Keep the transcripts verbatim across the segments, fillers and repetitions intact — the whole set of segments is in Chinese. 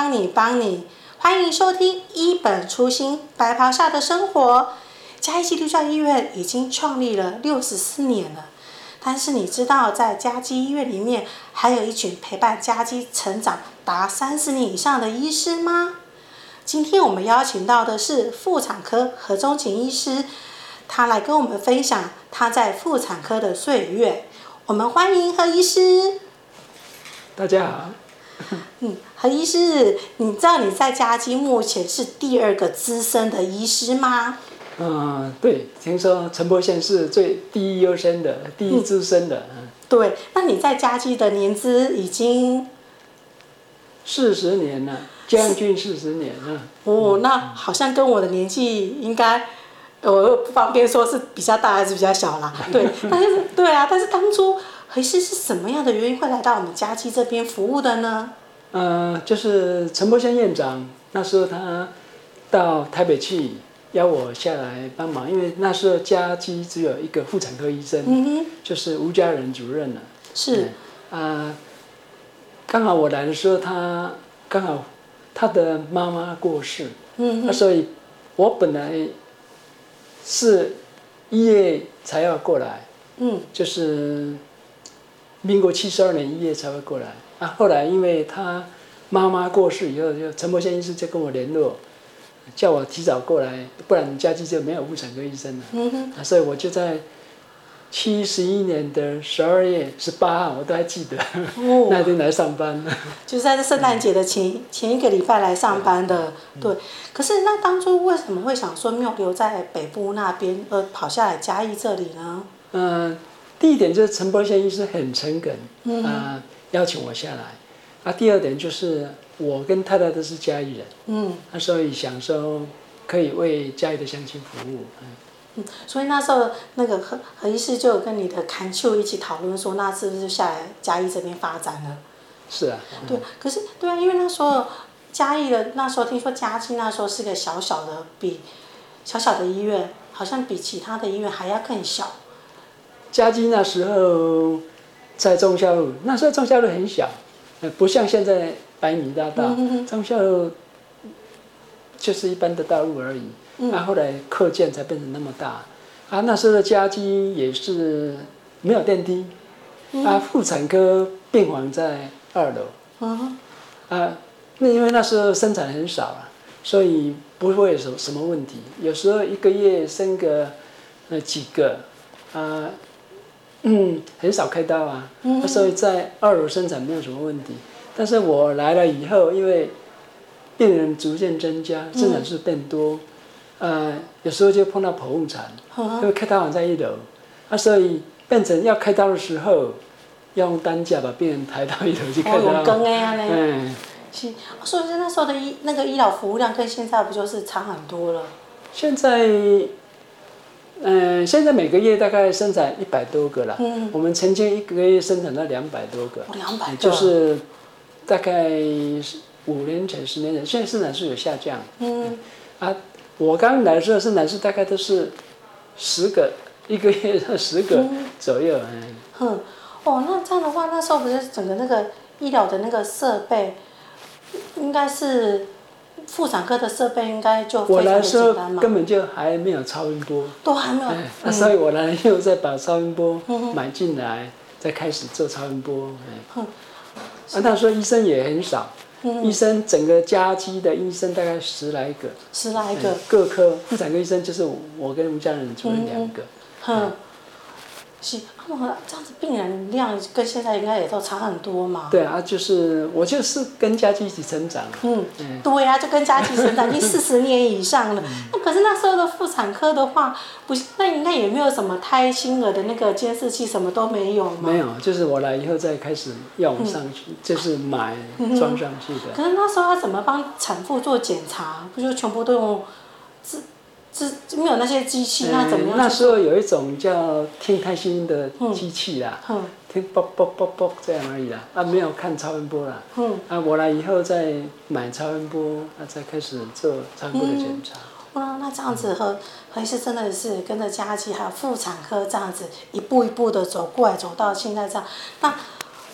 帮你帮你，欢迎收听一本初心白袍下的生活。嘉义基督教医院已经创立了六十四年了，但是你知道在嘉基医院里面还有一群陪伴嘉基成长达三十年以上的医师吗？今天我们邀请到的是妇产科何宗琴医师，他来跟我们分享他在妇产科的岁月。我们欢迎何医师。 大家好。 嗯，何医师，你知道你在嘉基目前是第二个资深的医师吗？ 嗯，对，听说陈柏宪是最第一优先的，第一资深的。嗯， 对，那你在嘉基的年资已经四十年了，将近四十年了。 哦，那好像跟我的年纪应该，我不方便说是比较大还是比较小啦。对，但是对啊，但是当初何医师是什么样的原因会来到我们嘉基这边服务的呢？ 呃，就是陈柏宪院长那时候他到台北去邀我下来帮忙，因为那时候嘉基只有一个妇产科医生，嗯、就是吴家仁主任了。 是。 啊、呃，刚好我来的时候，他刚好他的妈妈过世，嗯，那所以我本来是一月才要过来，嗯，就是民国七十二年一月才会过来。啊，后来因为他妈妈过世以后，就陈柏宪医师就跟我联络，叫我提早过来，不然嘉基就没有妇产科医生了。嗯哼，啊，所以我就在七十一年的十二月十八号，我都还记得，哦、那天来上班。 就是在这圣诞节的前前一个礼拜来上班的，嗯、对。可是那当初为什么会想说没有留在北部那边，而跑下来嘉义这里呢？ 嗯、呃，第一点就是陈柏宪医师很诚恳，嗯、呃，邀请我下来。啊，第二点就是我跟太太都是嘉义人，嗯，那所以想说可以为嘉义的乡亲服务，嗯。 嗯，所以那时候那个何何医师就有跟你的看丘一起讨论说，那是不是下来嘉义这边发展了？ 是啊。嗯、 对，可是对啊，因为那时候嘉义的那时候听说嘉基那时候是个小小的，比小小的医院，好像比其他的医院还要更小。 嘉基那时候在忠孝路，那时候忠孝路很小，不像现在百米大道，忠孝路就是一般的道路而已。嗯、啊，后来扩建才变成那么大，啊，那时候的嘉基也是没有电梯，嗯、啊，妇产科病房在二楼，嗯、啊，那因为那时候生产很少啊，所以不会有什什么问题，有时候一个月生个呃几个，啊，嗯，很少开刀啊，嗯、所以在二楼生产没有什么问题，但是我来了以后，因为病人逐渐增加，生产数变多。嗯呃，有时候就碰到剖腹产，因为开刀房在一楼，啊，所以变成要开刀的时候，要用担架把病人抬到一楼去开刀。 哦，有更的啊呢。嗯。是，所以那时候的医那个医疗服务量跟现在不就是差很多了？ 现在，嗯、呃，现在每个月大概生产一百多个了。嗯。我们曾经一个月生产到两百多个。 两百、哦、 就是大概五年前、十年前，现在生产数有下降。嗯。啊。我刚来的时候，生产数大概都是十个，一个月十个左右。嗯。 嗯，哦，那这样的话，那时候不是整个那个医疗的那个设备，应该是妇产科的设备应该就非常的简单嘛。 我来的时候根本就还没有超音波。 都还没有。 哎嗯、所以我来了以后再把超音波买进来，再开始做超音波。嗯。啊，那时候医生也很少。嗯、医生整个嘉基的医生大概十来个， 十来个， 各科妇产科医生就是我跟吴家仁主任两个。 嗯，是，啊，这样子病人量跟现在应该也都差很多嘛。 对啊，就是我就是跟嘉基一起成长。 嗯，嗯对啊，就跟嘉基成长，已经四十年以上了。那、嗯、可是那时候的妇产科的话，不是，那应该也没有什么胎心儿的那个监视器，什么都没有吗？ 没有，就是我来以后再开始用上去，嗯、就是买装上去的。 可是那时候他怎么帮产妇做检查？不就全部都用自自没有那些机器，那怎么样？ 那时候有一种叫听胎心音的机器啦。嗯嗯听啵啵啵啵这样而已啦，啊，没有看超音波啦。嗯。啊，我来以后再买超音波，啊，再开始做超音波的检查。 嗯、哇，那这样子何何医师真的是跟着嘉基还有妇产科这样子一步一步的走过来，走到现在这样。那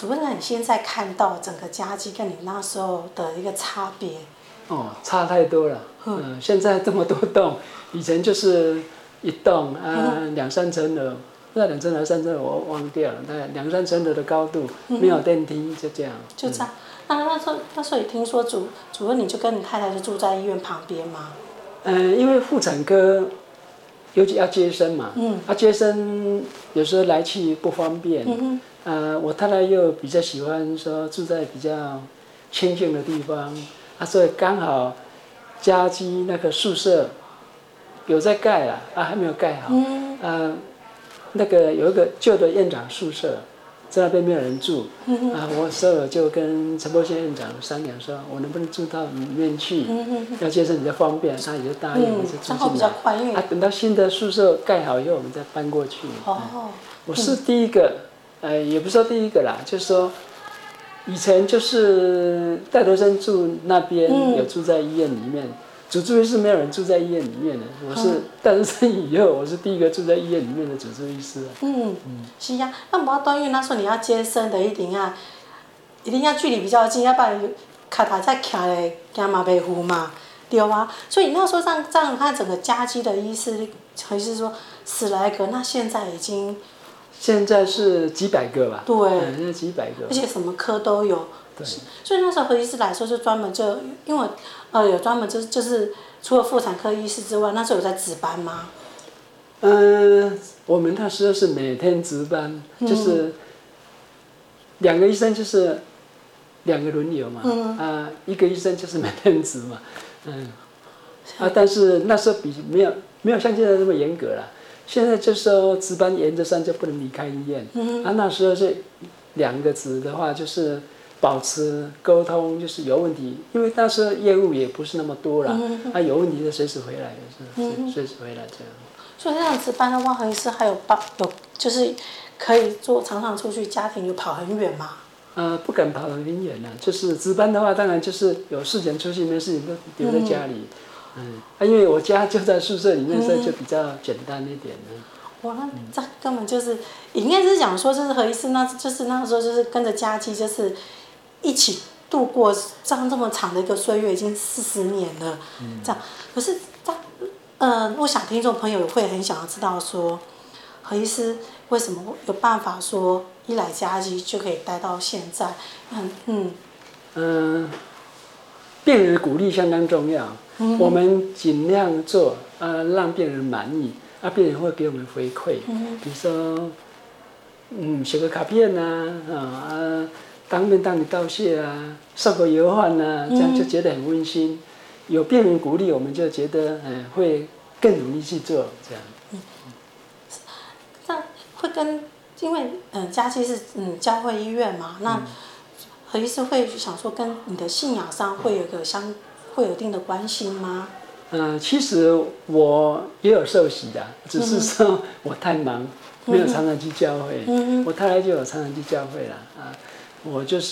主任，你现在看到整个家基跟你那时候的一个差别？ 哦，差太多了。嗯，现在这么多栋，以前就是一栋啊，两三层楼，不知道两层楼三层楼我忘掉了，大概两三层楼的高度，没有电梯，就这样。 就这样。那那时候那时候也听说主主任你就跟你太太就住在医院旁边吗？ 嗯，因为妇产科。尤其要接生嘛，嗯，啊接生有时候来去不方便，嗯呃，我太太又比较喜欢说住在比较清静的地方，啊，所以刚好家基那个宿舍有在盖了，啊还没有盖好，嗯，呃，那个有一个旧的院长宿舍，在那边没有人住，嗯、啊，我所以我就跟陈柏宪院长商量说，我能不能住到里面去，嗯、要接生比较方便，他也就答应，我就住进来。啊，等到新的宿舍盖好以后，我们再搬过去。哦，嗯、我是第一个，呃，也不是说第一个啦，就是说，以前就是戴德生住那边，嗯、有住在医院里面。主治医师没有人住在医院里面的，我是戴德生以后，我是第一个住在医院里面的主治医师。嗯， 嗯是呀、啊，那无多因为那时候你要接生的，一定要一定要距离比较近，要不然卡塔在徛嘞，惊嘛袂糊嘛，对啊。所以那时候这样这样看整个家基的医师，还是说十来个，那现在已经现在是几百个吧？ 对， 嗯、现在几百个， 而且什么科都有。 对， 所以那时候何医师来说，就专门就因为呃有专门就是就是除了妇产科医师之外，那时候有在值班吗？ 嗯，我们那时候是每天值班，嗯、就是两个医生就是两个轮流嘛，嗯、啊，一个医生就是每天值嘛，嗯，啊，但是那时候比没有没有像现在这么严格了，现在就说值班原则上就不能离开医院，嗯、啊，那时候是两个值的话就是。保持沟通就是有问题，因为那时候业务也不是那么多了，嗯、啊有问题就随时回来，是随时回来这样。 所以这样值班的话，何医师还有帮有就是可以做常常出去家庭有跑很远吗？ 呃，不敢跑很远了，就是值班的话，当然就是有事情出去，没事情都留在家里。嗯，啊，因为我家就在宿舍里面，所以就比较简单一点呢。 哇，那这根本就是，应该是讲说，就是何医师那，就是那时候就是跟着家基，就是一起度过这样这么长的一个岁月，已经四十年了。嗯、这样，可是他，呃，我想听众朋友会很想要知道说，何医师为什么有办法说一来家基就可以待到现在？嗯嗯。 嗯、呃，病人的鼓励相当重要，嗯、我们尽量做，呃，让病人满意。啊，病人会给我们回馈，嗯、比如说，嗯，写个卡片呐、啊，啊，当面向你道谢啊，送个油饭呐、啊，这样就觉得很温馨。嗯、有病人鼓励，我们就觉得，嗯，会更努力去做这样。嗯， 那会跟，因为嗯，家基是嗯教会医院嘛，那何医师会想说跟你的信仰上会有个相会有一定的关系吗？ 嗯、呃，其实我也有受洗的，只是说我太忙，没有常常去教会。嗯、我太太就有常常去教会了啊。我就是，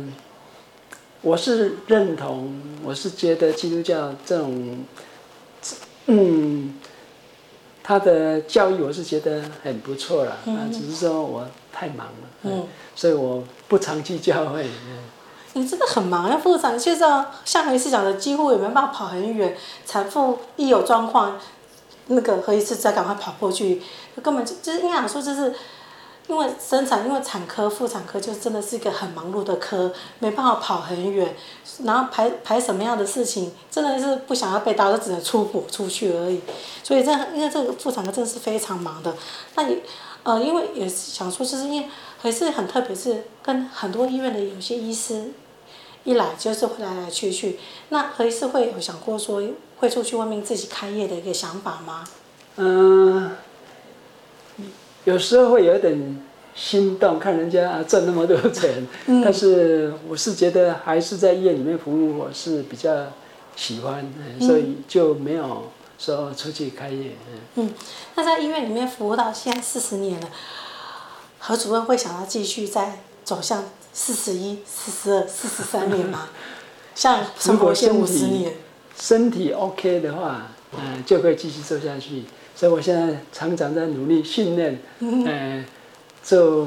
我是认同，我是觉得基督教这种，嗯，他的教育我是觉得很不错了啊，只是说我太忙了，嗯、所以我不常去教会。嗯你真的很忙，要妇产现在像何医师讲的，几乎也没办法跑很远。产妇一有状况，那个何医师再赶快跑过去，根本就就是应该讲说，就是因为生产，因为产科、妇产科就真的是一个很忙碌的科，没办法跑很远，然后排排什么样的事情，真的是不想要被打，就只能出国出去而已。所以这因为这个妇产科真的是非常忙的，那也呃，因为也是想说，就是因为何医师很特别，是跟很多医院的有些医师。一来就是会来来去去，那何医师会有想过说会出去外面自己开业的一个想法吗？ 嗯、呃，有时候会有点心动，看人家啊挣那么多钱，嗯、但是我是觉得还是在医院里面服务，我是比较喜欢，嗯、所以就没有说出去开业。 嗯，那在医院里面服务到现在四十年了，何主任会想要继续再走向？四十一、四十二、四十三年嘛，像陈柏宪五十年。 身体 OK 的话，嗯、呃，就可以继续做下去。所以我现在常常在努力训练，嗯、呃，做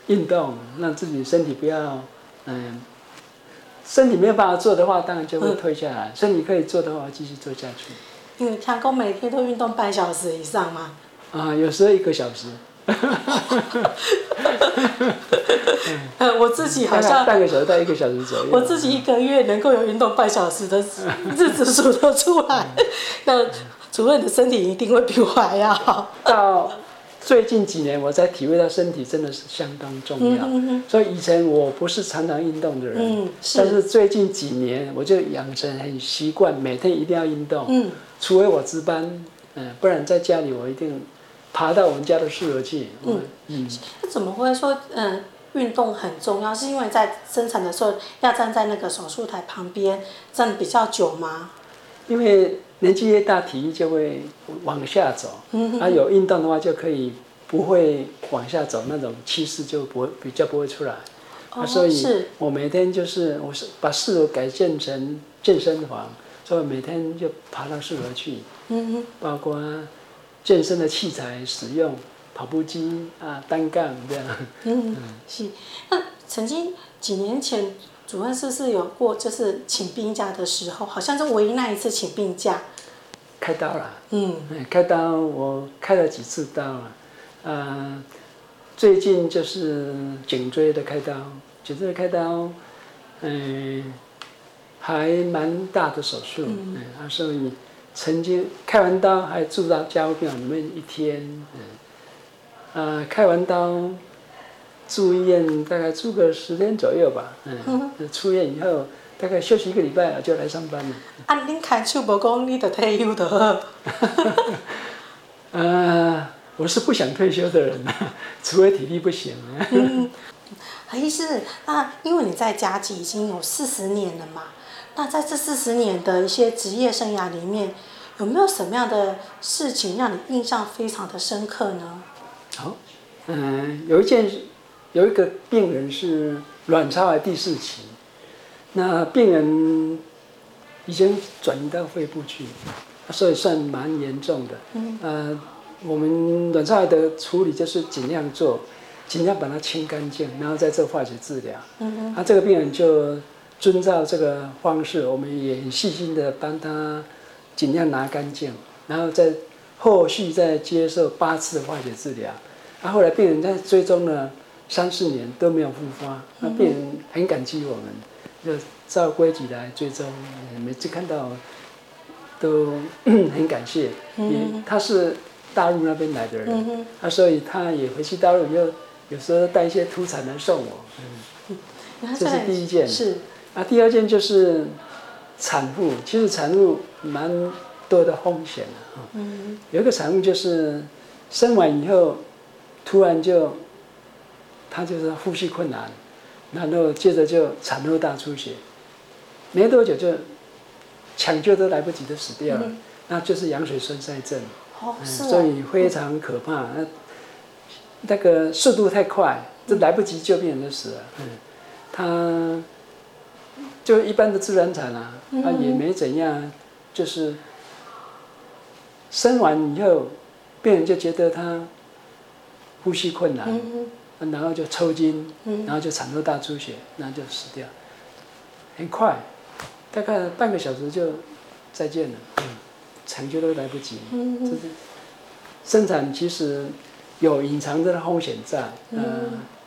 运动，让自己身体不要，嗯，身体没有办法做的话，当然就会退下来；嗯、身体可以做的话，继续做下去。 因为像公每天都运动半小时以上嘛。 啊，有时候一个小时。 嗯，我自己好像半个小时到一个小时左右。 我自己一个月能够有运动半小时的日子数得出来，那主任的身体一定会比我还要好。 到最近几年，我才体会到身体真的是相当重要。嗯嗯嗯，所以以前我不是常常运动的人，嗯、是但是最近几年我就养成很习惯，每天一定要运动。嗯，除非我值班，嗯，不然在家里我一定爬到我们家的四楼去。嗯嗯，那怎么会说嗯？运动很重要，是因为在生产的时候要站在那个手术台旁边站比较久吗？ 因为年纪越大，体力就会往下走。嗯，啊，有运动的话就可以不会往下走，那种气势就不会比较不会出来。哦，啊，所以我每天就是我是把四楼改建成健身房，所以每天就爬到四楼去。嗯，包括健身的器材使用。跑步机啊，单杠这样。 嗯，是。那曾经几年前，主任是不是有过就是请病假的时候？好像是唯一那一次请病假。 开刀了。嗯。开刀，我开了几次刀了。呃，最近就是颈椎的开刀，颈椎的开刀，嗯、呃，还蛮大的手术。嗯。嗯啊，所以曾经开完刀还住到加护病房里面一天。嗯。呃，开完刀，住院大概住个十天左右吧，嗯，嗯出院以后大概休息一个礼拜就来上班了。 啊，恁开手无讲，你就退休就好。 呃，我是不想退休的人，除非体力不行。 嗯，何医师，那因为你在嘉基已经有四十年了嘛，那在这四十年的一些职业生涯里面，有没有什么样的事情让你印象非常的深刻呢？ 好，嗯，有一件，有一个病人是卵巢癌第四期，那病人已经转移到肺部去，所以算蛮严重的。嗯，呃，我们卵巢癌的处理就是尽量做，尽量把它清干净，然后再做化学治疗。嗯嗯。那这个病人就遵照这个方式，我们也很细心的帮他尽量拿干净，然后再后续再接受八次的化学治疗。啊，后来病人在追踪了三四年都没有复发，那病人很感激我们，就照规矩来追踪，每次看到都很感谢。也他是大陆那边来的人，啊，所以他也回去大陆又有时候带一些土产来送我。嗯，这是第一件。 是。 啊，第二件就是产妇，其实产妇蛮多的风险的啊。嗯。有一个产妇就是生完以后。突然就，他就是呼吸困难，然后接着就产后大出血，没多久就抢救都来不及就死掉了，嗯、那就是羊水栓塞症， 哦嗯、是所以非常可怕。那那个速度太快，就来不及救病人就死了。嗯，他就一般的自然产啊，他也没怎样，就是生完以后，病人就觉得他。呼吸困难，嗯、然后就抽筋，嗯、然后就产后大出血，然后就死掉，很快，大概半个小时就再见了，嗯、抢救都来不及。嗯、就是生产其实有隐藏的风险在，嗯、呃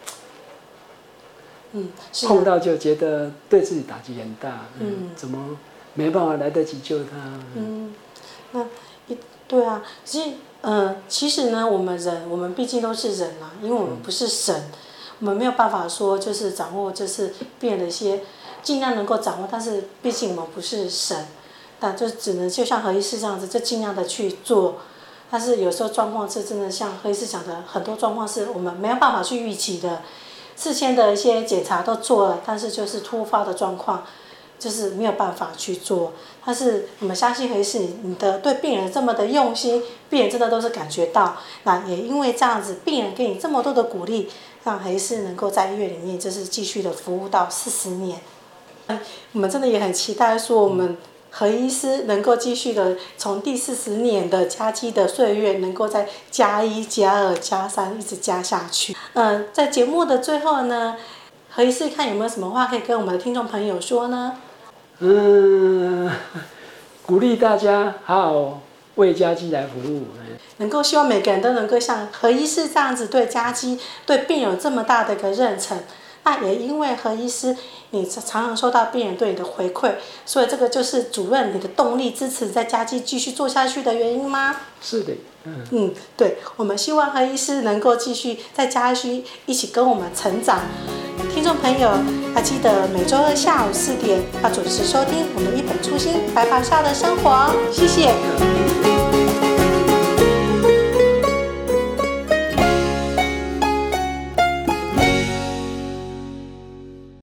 嗯啊、碰到就觉得对自己打击很大，嗯嗯、怎么没办法来得及救他？ 嗯，那一对啊，其实。呃，其实呢，我们人，我们毕竟都是人啊，因为我们不是神，我们没有办法说就是掌握，就是病人的一些尽量能够掌握，但是毕竟我们不是神，那就只能就像何医师这样子，就尽量的去做。但是有时候状况是真的像何医师讲的，很多状况是我们没有办法去预期的，事先的一些检查都做了，但是就是突发的状况。就是没有办法去做，但是我们相信何医师你的对病人这么的用心，病人真的都是感觉到。那也因为这样子，病人给你这么多的鼓励，让何医师能够在医院里面就是继续的服务到四十年。我们真的也很期待说，我们何医师能够继续的从第四十年的家鸡的岁月，能够再加一、加二、加三，一直加下去。嗯，在节目的最后呢，何医师看有没有什么话可以跟我们的听众朋友说呢？ 嗯，鼓励大家好好为家鸡来服务。 能够希望每个人都能够像何医师这样子对家鸡、对病人有这么大的一个热忱。那也因为何医师，你常常收到病人对你的回馈，所以这个就是主任你的动力支持在家鸡继续做下去的原因吗？ 是的，嗯嗯，对，我们希望何医师能够继续在家鸡一起跟我们成长。听众朋友，要记得每周二下午四点要准时收听我们一本初心白袍下的生活，谢谢。